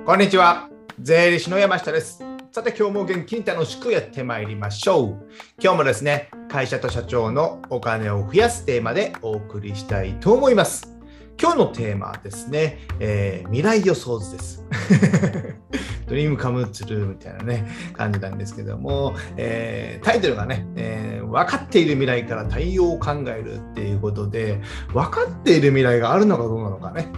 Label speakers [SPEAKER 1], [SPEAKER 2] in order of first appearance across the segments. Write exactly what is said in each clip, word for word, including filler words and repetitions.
[SPEAKER 1] こんにちは。税理士の山下です。さて、今日も元気に楽しくやってまいりましょう。今日もですね、会社と社長のお金を増やすテーマでお送りしたいと思います。今日のテーマはですね、えー、未来予想図です。ドリームカムツルーみたいなね、感じなんですけども、えー、タイトルがね、えー、分かっている未来から対応を考えるっていうことで、分かっている未来があるのかどうなのかね。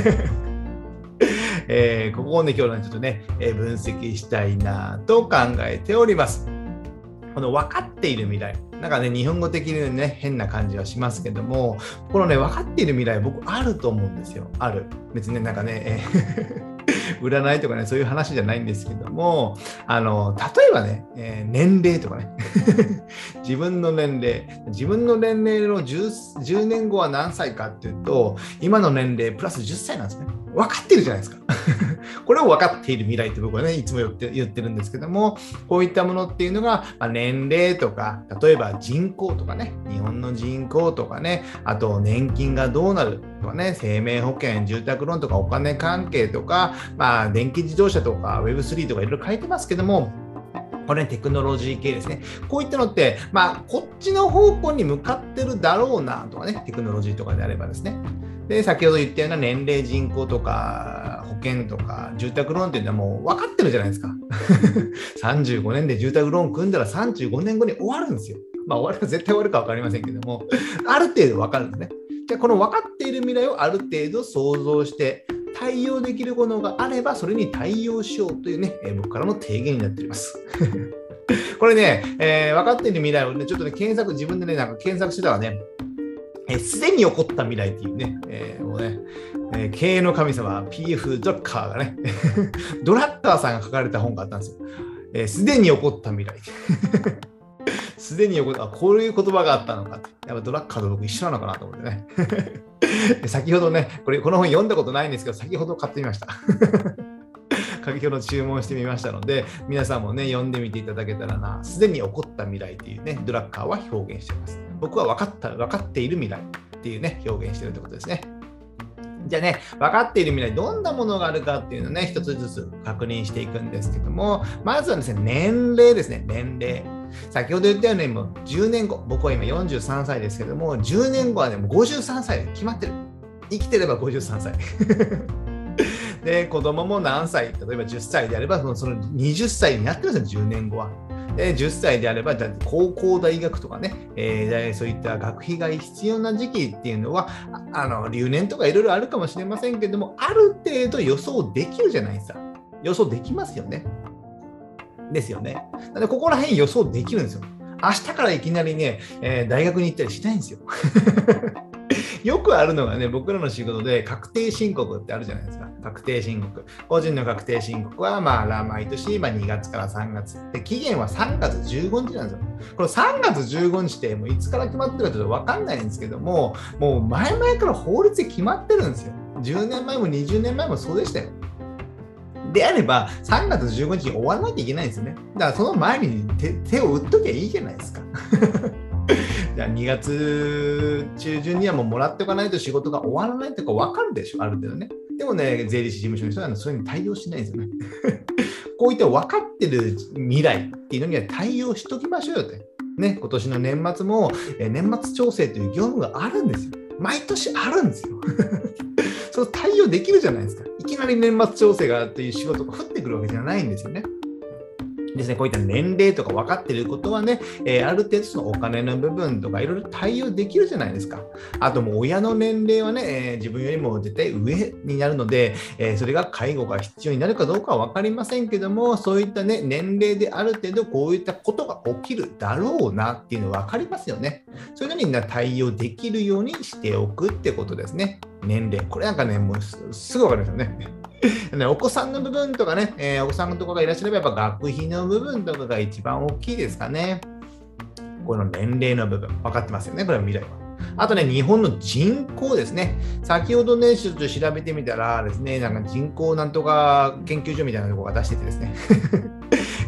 [SPEAKER 1] えー、ここをね、今日はちょっとね、えー、分析したいなと考えております。この分かっている未来。なんかね、日本語的にね、変な感じはしますけども、このね、分かっている未来、僕あると思うんですよ。ある。別にね、なんかね、えー占いとかね、そういう話じゃないんですけども、あの、例えばね、えー、年齢とかね、自分の年齢、自分の年齢の 10, じゅうねんごは何歳かっていうと、今の年齢プラスじゅっさいなんですね。分かってるじゃないですか。これを分かっている未来って僕はね、いつも言って、言ってるんですけども、こういったものっていうのが、まあ、年齢とか、例えば人口とかね、日本の人口とかね、あと年金がどうなるとかね、生命保険、住宅ローンとかお金関係とか、まあ、電気自動車とか ウェブスリー とかいろいろ書いてますけども、これ、ね、テクノロジー系ですね。こういったのって、まあ、こっちの方向に向かってるだろうなとかね、テクノロジーとかであればですね。で、先ほど言ったような年齢、人口とか、保険とか、住宅ローンっていうのはもう分かってるじゃないですか。さんじゅうごねんで住宅ローン組んだらさんじゅうごねんごに終わるんですよ。まあ、終わる、絶対終わるか分かりませんけども、ある程度分かるんですね。じゃあ、この分かっている未来をある程度想像して、対応できるものがあれば、それに対応しようというね、えー、僕からの提言になっております。これね、えー、分かっている未来をね、ちょっとね、検索、自分でね、なんか検索してたらね、すで、えー、に起こった未来っていうね、えー、もうね、えー、経営の神様、ピーエフ ドラッカーがね、ドラッカーさんが書かれた本があったんですよ。す、え、で、に起こった未来。すでに起こった、こういう言葉があったのかって。やっぱドラッカーと僕一緒なのかなと思ってね。先ほどね、これ、この本読んだことないんですけど、先ほど買ってみました。先ほど注文してみましたので、皆さんもね、読んでみていただけたらな、すでに起こった未来っていうね、ドラッカーは表現しています。僕は分かった、分かっている未来っていうね、表現しているということですね。じゃあね、分かっている未来、どんなものがあるかっていうのをね、一つずつ確認していくんですけども、まずはですね、年齢ですね、年齢。先ほど言ったように、もうじゅうねんご、僕は今よんじゅうさんさいですけども、じゅうねんごはね、もうごじゅうさんさいで決まってる。生きてればごじゅうさんさい。で、子供も何歳、例えばじゅっさいであれば、その、そのはたちになってるんですよ、じゅうねんごは。で、じゅっさいであれば、高校、大学とかね、えー、そういった学費が必要な時期っていうのは、あの留年とかいろいろあるかもしれませんけども、ある程度予想できるじゃないですか。予想できますよね。ですよね。なので、ここら辺予想できるんですよ。明日からいきなりね、えー、大学に行ったりしないんですよ。よくあるのがね、僕らの仕事で確定申告ってあるじゃないですか。確定申告。個人の確定申告は、まあ、毎年、まあ、にがつからさんがつ。で、期限はさんがつじゅうごにちなんですよ。このさんがつじゅうごにちって、もういつから決まってるかちょっとわかんないんですけども、もう前々から法律で決まってるんですよ。じゅうねんまえもにじゅうねんまえもそうでしたよ。であれば、さんがつじゅうごにちに終わらなきゃいけないんですよね。だからその前に 手, 手を打っときゃいいじゃないですか。じゃあにがつ中旬にはもうもらっておかないと仕事が終わらないとか分かるでしょ、ある程度ね。でもね、税理士事務所の人はそれに対応しないんですよね。こういった分かってる未来っていうのには対応しときましょうよって。ね、今年の年末も年末調整という業務があるんですよ。毎年あるんですよ。その対応できるじゃないですか。いきなり年末調整がっていう仕事が降ってくるわけじゃないんですよね。ですね、こういった年齢とか分かっていることはね、えー、ある程度そのお金の部分とかいろいろ対応できるじゃないですか。あともう親の年齢はね、えー、自分よりも絶対上になるので、えー、それが介護が必要になるかどうかは分かりませんけども、そういったね、年齢である程度こういったことが起きるだろうなっていうのは分かりますよね。そういうのに対応できるようにしておくってことですね。年齢。これなんかね、もう す, すぐ分かりますよね。お子さんの部分とかね、えー、お子さんとかがいらっしゃれば、やっぱ学費の部分とかが一番大きいですかね。この年齢の部分、分かってますよね、これは未来は。あとね、日本の人口ですね。先ほどね、ちょっと調べてみたらですね、なんか人口なんとか研究所みたいなところが出しててですね。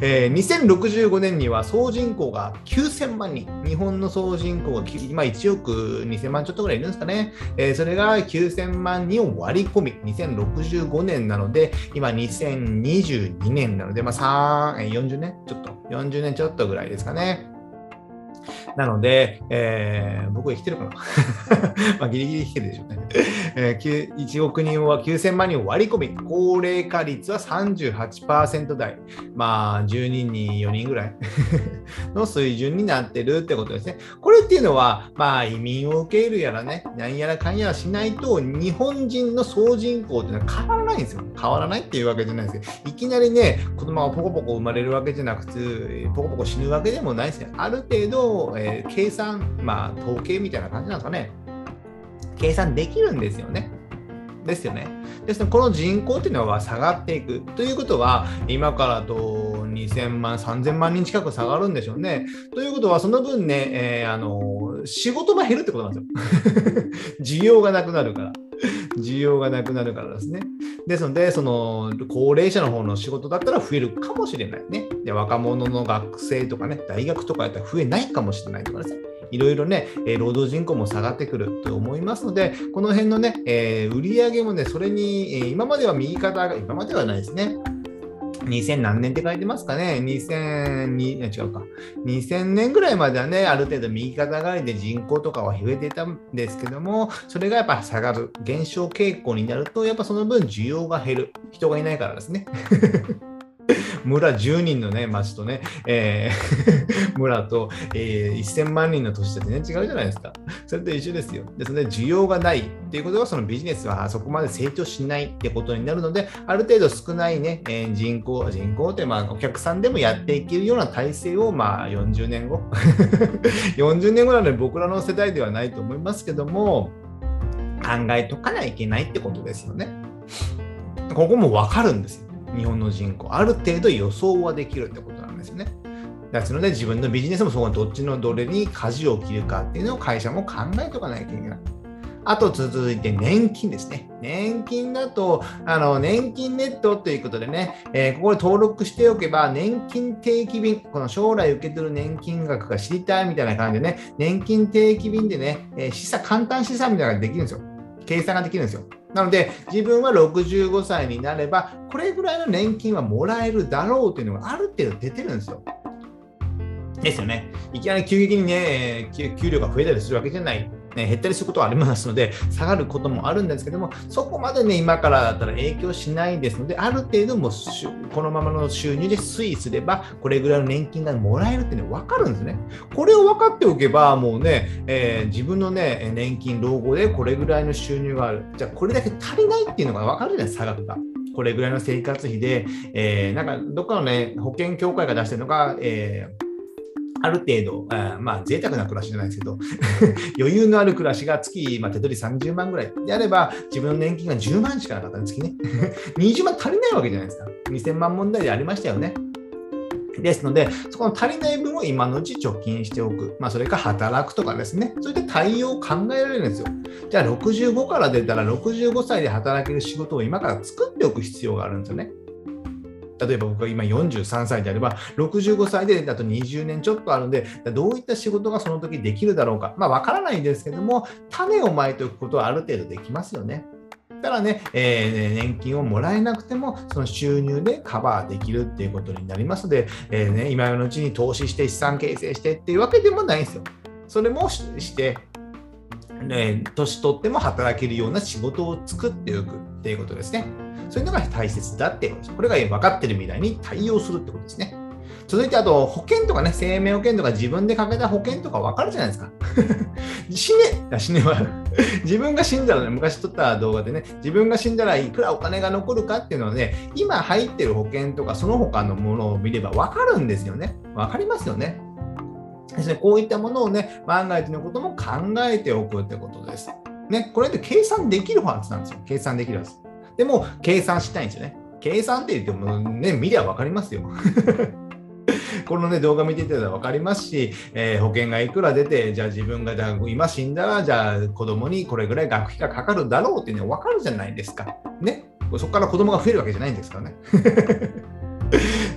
[SPEAKER 1] えー、にせんろくじゅうごねんには総人口がきゅうせんまんにん、日本の総人口が今いちおくにせんまんちょっとぐらいいるんですかね、えー、それがきゅうせんまんにんを割り込み、にせんろくじゅうごねんなので、今にせんにじゅうにねんなので、まあ、さん、よんじゅうねんちょっと、よんじゅうねんちょっとぐらいですかね。なので、えー、僕は生きてるかなまあギリギリ生きてるでしょうね。えー、いちおくにんはきゅうせんまんにんを割り込み、高齢化率は さんじゅうはちパーセント 台、まあじゅうにんによにんぐらいの水準になってるってことですね。これっていうのは、まあ移民を受け入れるやらね、なんやらかんやらしないと、日本人の総人口っていうのは変わらないんですよ。変わらないっていうわけじゃないですけど、いきなりね、子供がポコポコ生まれるわけじゃなくて、ポコポコ死ぬわけでもないですね。ある程度、えー、計算、まあ統計みたいな感じなんですかね。計算できるんですよね。ですよね。ですので、この人口っていうのは下がっていくということは、今からとにせんまん、さんぜんまんにん近く下がるんでしょうね。ということは、その分ね、えー、あの仕事が減るってことなんですよ。需要がなくなるから。需要がなくなるからですね。ですので、その高齢者の方の仕事だったら増えるかもしれないね。で、若者の学生とかね、大学とかやったら増えないかもしれないとかですね。いろいろね、労働人口も下がってくると思いますので、この辺のね、えー、売り上げもね、それに、えー、今までは右肩が、今まではないですね。にせん何年って書いてますかね。にせんに、違うか。にせんねんぐらいまではね、ある程度右肩上がりで人口とかは増えていたんですけども、それがやっぱ下がる、減少傾向になると、やっぱその分需要が減る。人がいないからですね。村じゅうにんのね、町とね、えー、村と、えー、せんまんにんの都市って全然違うじゃないですか。それと一緒ですよ。ですので、需要がないっていうことは、そのビジネスはそこまで成長しないってことになるので、ある程度少ないね、えー、人口、人口ってまあお客さんでもやっていけるような体制を、まあよんじゅうねんご、よんじゅうねんごなので僕らの世代ではないと思いますけども、考えとかないといけないってことですよね。ここもわかるんですよ。日本の人口、ある程度予想はできるってことなんですよね。ですので、自分のビジネスもそこのどっちのどれに舵を切るかっていうのを会社も考えておかないといけない。あと続いて年金ですね。年金だと、あの年金ネットということでね、えー、ここで登録しておけば、年金定期便、この将来受け取る年金額が知りたいみたいな感じでね、年金定期便でね、えー、資産、簡単資産みたいなのができるんですよ。計算ができるんですよ。なので、自分はろくじゅうごさいになれば、これぐらいの年金はもらえるだろうというのがある程度出てるんですよ。ですよね。いきなり急激にね、給料が増えたりするわけじゃない。ね、減ったりすることはありますので、下がることもあるんですけども、そこまでね、今からだったら影響しないですので、ある程度もこのままの収入で推移すれば、これぐらいの年金がもらえるっていうのは分かるんですね。これを分かっておけば、もうね、えー、自分のね、年金、老後でこれぐらいの収入がある。じゃあ、これだけ足りないっていうのが分かるじゃないですか、差額が。これぐらいの生活費で、えー、なんかどっかのね、保険協会が出してるのが、えーある程度、あまあ贅沢な暮らしじゃないですけど余裕のある暮らしが月、まあ、手取りさんじゅうまんぐらいであれば、自分の年金がじゅうまんしかなかったんです月ねにじゅうまん足りないわけじゃないですか。にせんまん問題でありましたよね。ですので、そこの足りない分を今のうち貯金しておく。まあ、それか働くとかですね。そういった対応を考えられるんですよ。じゃあ、ろくじゅうごから出たら、ろくじゅうごさいで働ける仕事を今から作っておく必要があるんですよね。例えば僕が今よんじゅうさんさいであれば、ろくじゅうごさいでだとにじゅうねんちょっとあるので、どういった仕事がその時できるだろうか。まあ、わからないんですけども、種をまいておくことはある程度できますよね。ただね、えー、年金をもらえなくても、その収入でカバーできるっていうことになりますので、えーね、今のうちに投資して資産形成してっていうわけでもないんですよ。それもして、ね、年取っても働けるような仕事を作っておくっていうことですね。そういうのが大切だっていうことです。これが分かってる未来に対応するってことですね。続いて、あと、保険とかね、生命保険とか自分でかけた保険とか分かるじゃないですか。死ね、死ねは、自分が死んだらね、昔撮った動画でね、自分が死んだらいくらお金が残るかっていうのはね、今入ってる保険とかその他のものを見れば分かるんですよね。分かりますよね。ですね、こういったものをね、万が一のことも考えておくってことです。ね、これって計算できるはずなんですよ。計算できるはず。でも、計算したいんですよね。計算って言ってもね、見りゃ分かりますよ。このね、動画見ていたら分かりますし、えー、保険がいくら出て、じゃあ自分がじゃあ今死んだら、じゃあ子供にこれぐらい学費がかかるだろうっていうのは分かるじゃないですか。ね。そこから子供が増えるわけじゃないんですからね。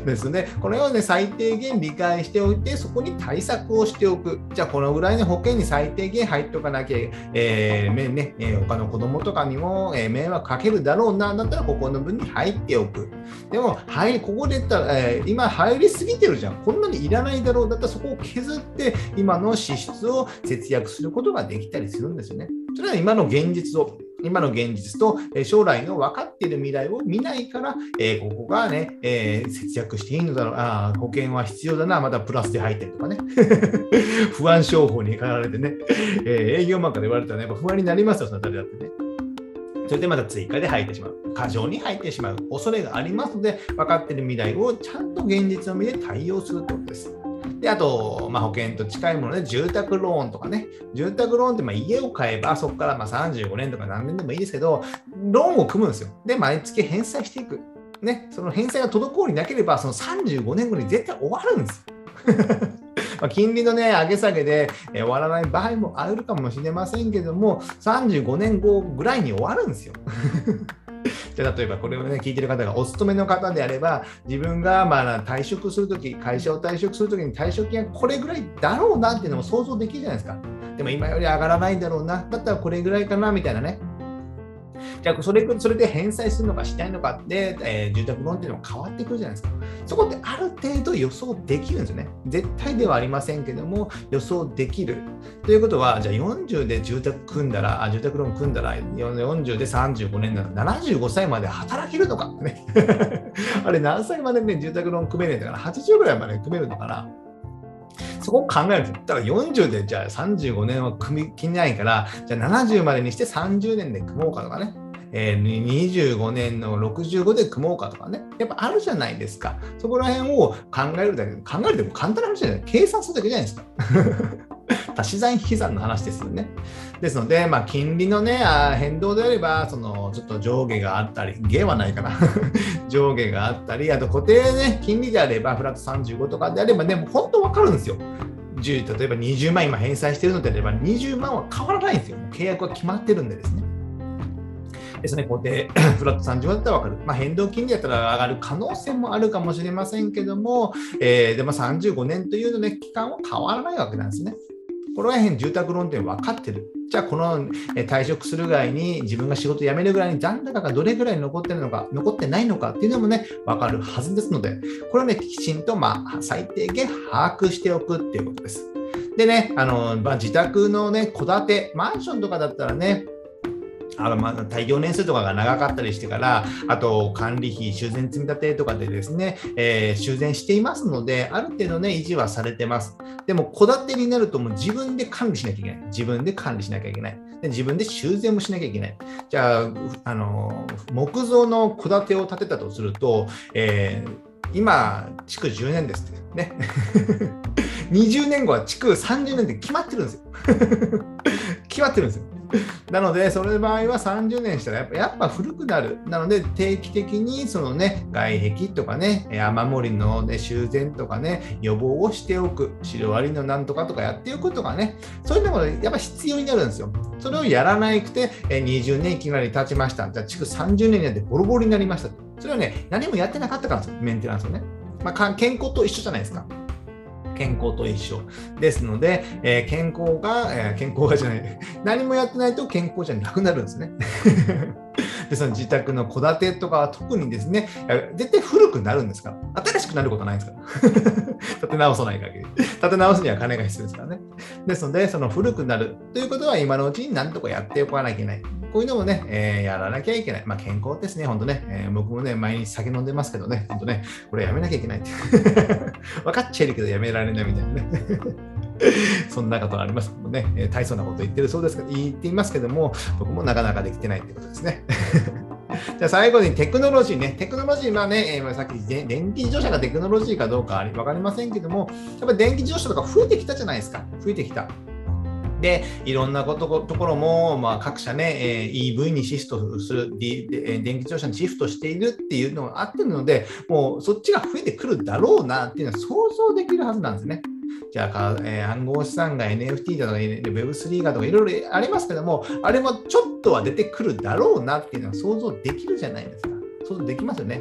[SPEAKER 1] ですので、このように最低限理解しておいて、そこに対策をしておく。じゃあ、このぐらいの保険に最低限入っておかなきゃ、えーねえー、他の子供とかにも、えー、迷惑かけるだろうな、だったらここの分に入っておく。でも、はい、ここで言ったら、えー、今入りすぎてるじゃん。こんなにいらないだろう。だったらそこを削って、今の支出を節約することができたりするんですよね。それは今の現実を、今の現実と将来の分かっている未来を見ないから、えー、ここがね、えー、節約していいのだろう、あ保険は必要だな、またプラスで入ってるとかね、不安商法にかられてね、えー、営業マンから言われたら、ね、やっぱ不安になりますよ、その辺だってね。それでまた追加で入ってしまう。過剰に入ってしまう恐れがありますので、分かっている未来をちゃんと現実の目で対応するということです。で、あと、まあ、保険と近いもので、住宅ローンとかね。住宅ローンってまあ家を買えば、そこからまあさんじゅうごねんとか何年でもいいですけど、ローンを組むんですよ。で、毎月返済していく。ね、その返済が滞りなければ、そのさんじゅうごねんごに絶対終わるんですよ。まあ金利のね、上げ下げで、えー、終わらない場合もあるかもしれませんけども、さんじゅうごねんごぐらいに終わるんですよ。じゃあ例えばこれをね、聞いてる方がお勤めの方であれば、自分がまあ退職するとき、会社を退職するときに退職金がこれぐらいだろうなっていうのも想像できるじゃないですか。でも今より上がらないだろうな、だったらこれぐらいかなみたいなね。じゃあそれ、それで返済するのかしないのかで、えー、住宅ローンっていうのも変わってくるじゃないですか。そこってある程度予想できるんですよね。絶対ではありませんけども、予想できる。ということは、じゃあよんじゅうで住宅組んだら、あ住宅ローン組んだら、よんじゅうでさんじゅうごねんならななじゅうごさいまで働けるのかってね。あれ何歳までね、住宅ローン組めねえんだから、はちじゅうぐらいまで組めるのかな。そこを考えると、だからよんじゅうでじゃあさんじゅうごねんは組み切れないから、じゃあななじゅうまでにしてさんじゅうねんで組もうかとかね。えー、にじゅうごねんのろくじゅうごで組もうかとかね。やっぱあるじゃないですか。そこら辺を考えるだけで、考えるでも簡単な話じゃない。計算するだけじゃないですか。足し算引き算の話ですよね。ですので、まあ、金利の、ね、変動であれば、そのちょっと上下があったり、下はないかな。上下があったり、あと固定、ね、金利であれば、フラットさんじゅうごとかであれば、ね、もう本当分かるんですよ。例えばにじゅうまん今返済しているのであれば、にじゅうまんは変わらないんですよ。契約は決まってるんでですね。ですね、固定フラットさんじゅうまんだったら分かる。まあ、変動金利だったら上がる可能性もあるかもしれませんけども、えー、でもさんじゅうごねんというの、ね、期間は変わらないわけなんですね。これは住宅ローンって分かってる。じゃあ、この退職するぐらいに自分が仕事辞めるぐらいに残高がどれぐらい残ってるのか、残ってないのかっていうのもね、分かるはずですので、これをね、きちんとまあ最低限把握しておくっていうことです。でね、あのまあ、自宅のね、戸建て、マンションとかだったらね、あのまあ耐用年数とかが長かったりしてから、あと管理費、修繕積み立てとかでですね、えー、修繕していますので、ある程度ね、維持はされてます。でも、戸建てになるともう自分で管理しなきゃいけない。自分で管理しなきゃいけない。で自分で修繕もしなきゃいけない。じゃあ、あの木造の戸建てを建てたとすると、えー、今、築じゅうねんですってね。にじゅうねんごは築さんじゅうねんって決まってるんですよ。決まってるんですよ。なので、その場合はさんじゅうねんしたらやっぱ、やっぱ古くなる。なので、定期的にそのね、外壁とかね、雨漏りの、ね、修繕とかね、予防をしておく。シロアリのなんとかとかやっておくとかね、そういうのもやっぱ必要になるんですよ。それをやらなくて、にじゅうねんいきなり経ちました。じゃあ、築さんじゅうねんになってボロボロになりました。それはね、何もやってなかったからですよ、メンテナンスをね。まあ、健康と一緒じゃないですか。健康と一緒ですので、えー、健康が、えー、健康がじゃない、何もやってないと健康じゃなくなるんですね。で、その自宅の戸建てとかは特にですね、絶対古くなるんですから、新しくなることはないんですから。建て直さない限り。建て直すには金が必要ですからね。ですので、その古くなるということは今のうちに何とかやっておかなきゃいけない。こういうのもね、えー、やらなきゃいけない。まあ、健康ですね、本当ね、えー。僕もね、毎日酒飲んでますけどね、本当ね、これやめなきゃいけないって。分かっちゃいるけどやめられないみたいなね。そんなことありますもんね。えー、大層なこと言ってるそうですけど、言っていますけども、僕もなかなかできてないってことですね。じゃあ最後にテクノロジーね。テクノロジー、まあね、えー、さっき電気自動車がテクノロジーかどうか分かりませんけども、やっぱり電気自動車とか増えてきたじゃないですか。増えてきた。で、いろんなことところも、まあ、各社ね、えー、イーブイ にシフトする、電気自動車にシフトしているっていうのがあってるので、もうそっちが増えてくるだろうなっていうのは想像できるはずなんですね。じゃあ、えー、暗号資産が エヌエフティー だとか ウェブスリー だとかいろいろありますけども、あれもちょっとは出てくるだろうなっていうのは想像できるじゃないですか。想像できますよね。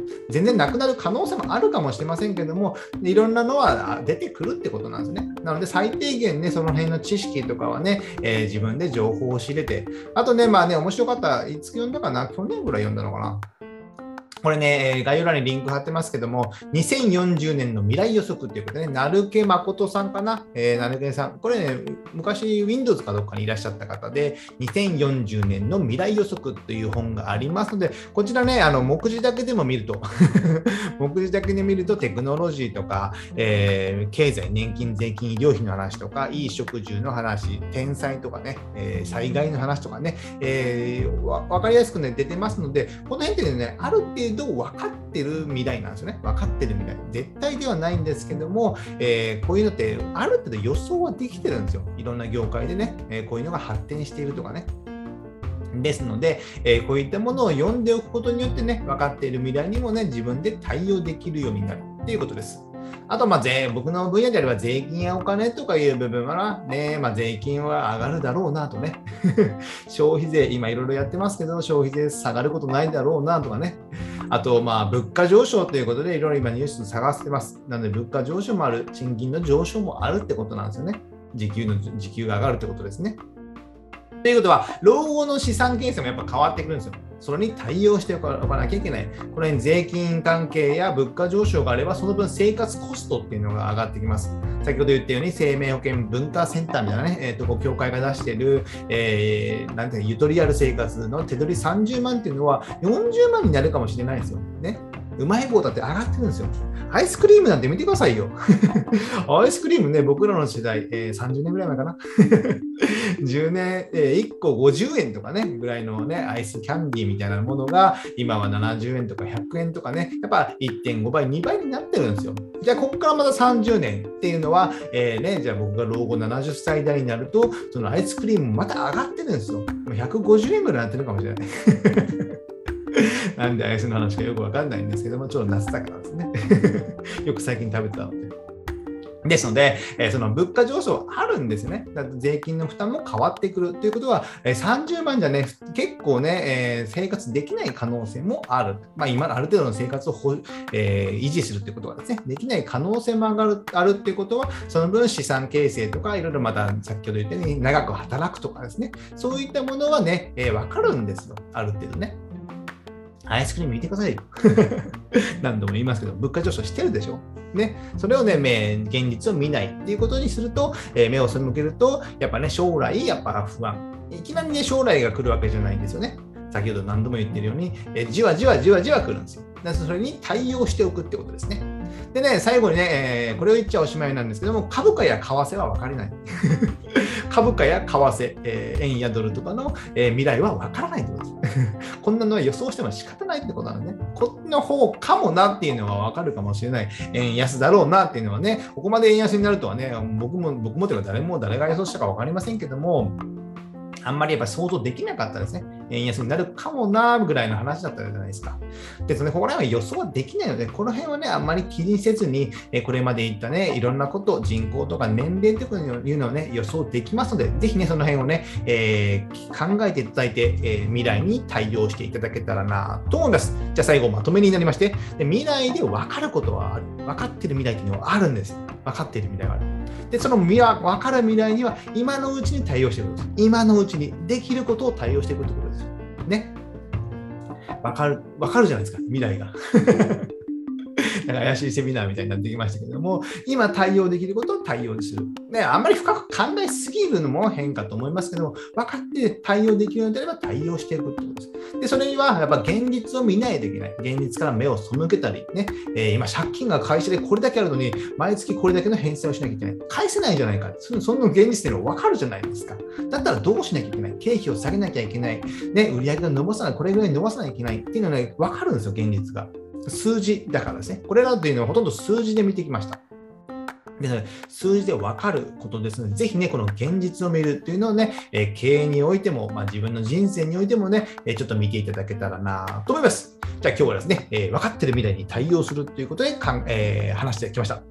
[SPEAKER 1] 全然なくなる可能性もあるかもしれませんけども、いろんなのは出てくるってことなんですね。なので最低限ね、その辺の知識とかはね、えー、自分で情報を仕入れて、あとね、まあね、面白かった、いつ読んだかな、去年ぐらい読んだのかな。これね、概要欄にリンク貼ってますけども、にせんよんじゅうねんの未来予測ということでね、成毛誠さんかな、えー、成毛さん。これね、昔 Windows かどっかにいらっしゃった方で、にせんよんじゅうねんの未来予測という本がありますので、こちらね、あの目次だけでも見ると、目次だけで見るとテクノロジーとか、えー、経済、年金、税金、医療費の話とか、衣食住の話、天災とかね、えー、災害の話とかね、えー、わ分かりやすくね、出てますので、この辺ってね、ある程度分かってる未来なんですよね。分かってる未来。絶対ではないんですけども、えー、こういうのってある程度予想はできてるんですよ。いろんな業界でね、えー、こういうのが発展しているとかね。ですので、えー、こういったものを読んでおくことによってね、分かっている未来にもね、自分で対応できるようになるということです。あと、まあ、税僕の分野であれば税金やお金とかいう部分はね、まあ、税金は上がるだろうなとね。消費税、今いろいろやってますけど、消費税下がることないだろうなとかね。あと、まあ、物価上昇ということで、いろいろ今ニュース探してます。なので、物価上昇もある、賃金の上昇もあるってことなんですよね。時給の、時給が上がるってことですね。ということは、老後の資産形成もやっぱ変わってくるんですよ。それに対応しておかなきゃいけない。これに税金関係や物価上昇があれば、その分生活コストっていうのが上がってきます。先ほど言ったように、生命保険文化センターみたいなね、えー、とこう協会が出している、えー、なんていうゆとりある生活の手取りさんじゅうまんっていうのは、よんじゅうまんになるかもしれないんですよ。ね。うまい棒だって上がってるんですよ。アイスクリームなんて見てくださいよ。アイスクリームね、僕らの世代、えー、さんじゅうねんぐらい前かな。じゅうねん、えー、いっこごじゅうえんとかね、ぐらいのね、アイスキャンディーみたいなものが、今はななじゅうえんとかひゃくえんとかね、やっぱ いってんごばい、にばいになってるんですよ。じゃあ、ここからまたさんじゅうねんっていうのは、えーね、じゃあ僕が老後ななじゅっさい代になると、そのアイスクリームもまた上がってるんですよ。ひゃくごじゅうえんぐらいになってるかもしれない。なんでアイスの話かよくわかんないんですけども、ちょっと夏だからですね。よく最近食べたので。ですので、えー、その物価上昇あるんですよね。だって税金の負担も変わってくるということは、えー、さんじゅうまんじゃね、結構ね、えー、生活できない可能性もある。まあ、今ある程度の生活をほ、えー、維持するということがですね、できない可能性も上がるあるっていうことは、その分資産形成とか、いろいろまた先ほど言ったように長く働くとかですね、そういったものはね、えー、分かるんですよ。ある程度ね。アイスクリーム見てくださいよ。何度も言いますけど、物価上昇してるでしょ。ね、それをね、現実を見ないっていうことにすると、えー、目を背けると、やっぱね、将来、やっぱ不安。いきなりね、将来が来るわけじゃないんですよね。先ほど何度も言ってるように、えー、じわじわじわじわ来るんですよ。だからそれに対応しておくってことですね。でね、最後にね、えー、これを言っちゃおしまいなんですけども、株価や為替は分かりない。株価や為替、えー、円やドルとかの、えー、未来は分からないってことです。こんなのは予想しても仕方ないってことなのね。こっちの方かもなっていうのは分かるかもしれない。円安だろうなっていうのはね、ここまで円安になるとはね、僕も、僕もというか誰も誰が予想したか分かりませんけども、あんまりやっぱり想像できなかったですね。円安になるかもなぐらいの話だったじゃないですか。ですので、ここら辺は予想はできないので、この辺はね、あんまり気にせずに、これまで言ったね、いろんなこと、人口とか年齢というのをね、予想できますので、ぜひね、その辺をね、えー、考えていただいて、えー、未来に対応していただけたらなと思います。じゃあ最後まとめになりまして、で未来で分かることはある。分かっている未来っていうのはあるんです。分かっている未来がある。で、その未来分かる未来には、今のうちに対応していくことです。今のうちにできることを対応していくということです。ね。分かる、分かるじゃないですか、未来が。なんか怪しいセミナーみたいになってきましたけども、今対応できることを対応する。ね、あんまり深く考えすぎるのも変かと思いますけども、分かって対応できるのであれば対応していくってことです。で、それにはやっぱ現実を見ないといけない。現実から目を背けたり、ね、えー、今借金が会社でこれだけあるのに、毎月これだけの返済をしなきゃいけない。返せないじゃないか。その現実っていうのは分かるじゃないですか。だったらどうしなきゃいけない。経費を下げなきゃいけない。ね、売上を伸ばさない、これぐらい伸ばさなきゃいけないっていうのはね、分かるんですよ、現実が。数字だからですね。これらというのはほとんど数字で見てきました。ですので、数字で分かることですので、ぜひね、この現実を見るというのをね、えー、経営においても、まあ、自分の人生においてもね、えー、ちょっと見ていただけたらなと思います。じゃあ今日はですね、えー、分かっている未来に対応するということでかん、えー、話してきました。じゃ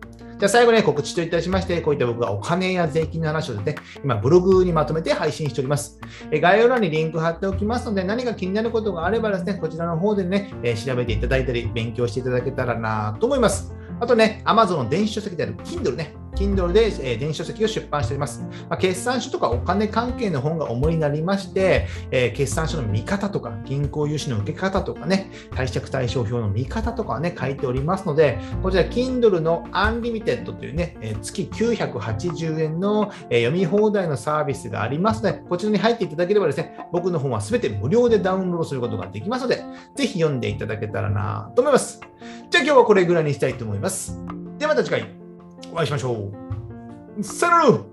[SPEAKER 1] じゃあ最後ね、告知といたしまして、こういった僕がお金や税金の話をですね、今ブログにまとめて配信しております。え概要欄にリンク貼っておきますので、何か気になることがあればですね、こちらの方でね、え調べていただいたり、勉強していただけたらなと思います。あとね、Amazon の電子書籍である Kindle ね、Kindle で、えー、電子書籍を出版しております。まあ、決算書とかお金関係の本が主になりまして、えー、決算書の見方とか、銀行融資の受け方とかね、貸借対照表の見方とかはね、書いておりますので、こちら Kindle の Unlimited というね、えー、月きゅうひゃくはちじゅうえんの、えー、読み放題のサービスがありますので、こちらに入っていただければですね、僕の本はすべて無料でダウンロードすることができますので、ぜひ読んでいただけたらなと思います。じゃあ今日はこれぐらいにしたいと思います。ではまた次回お会いしましょう。さよなら。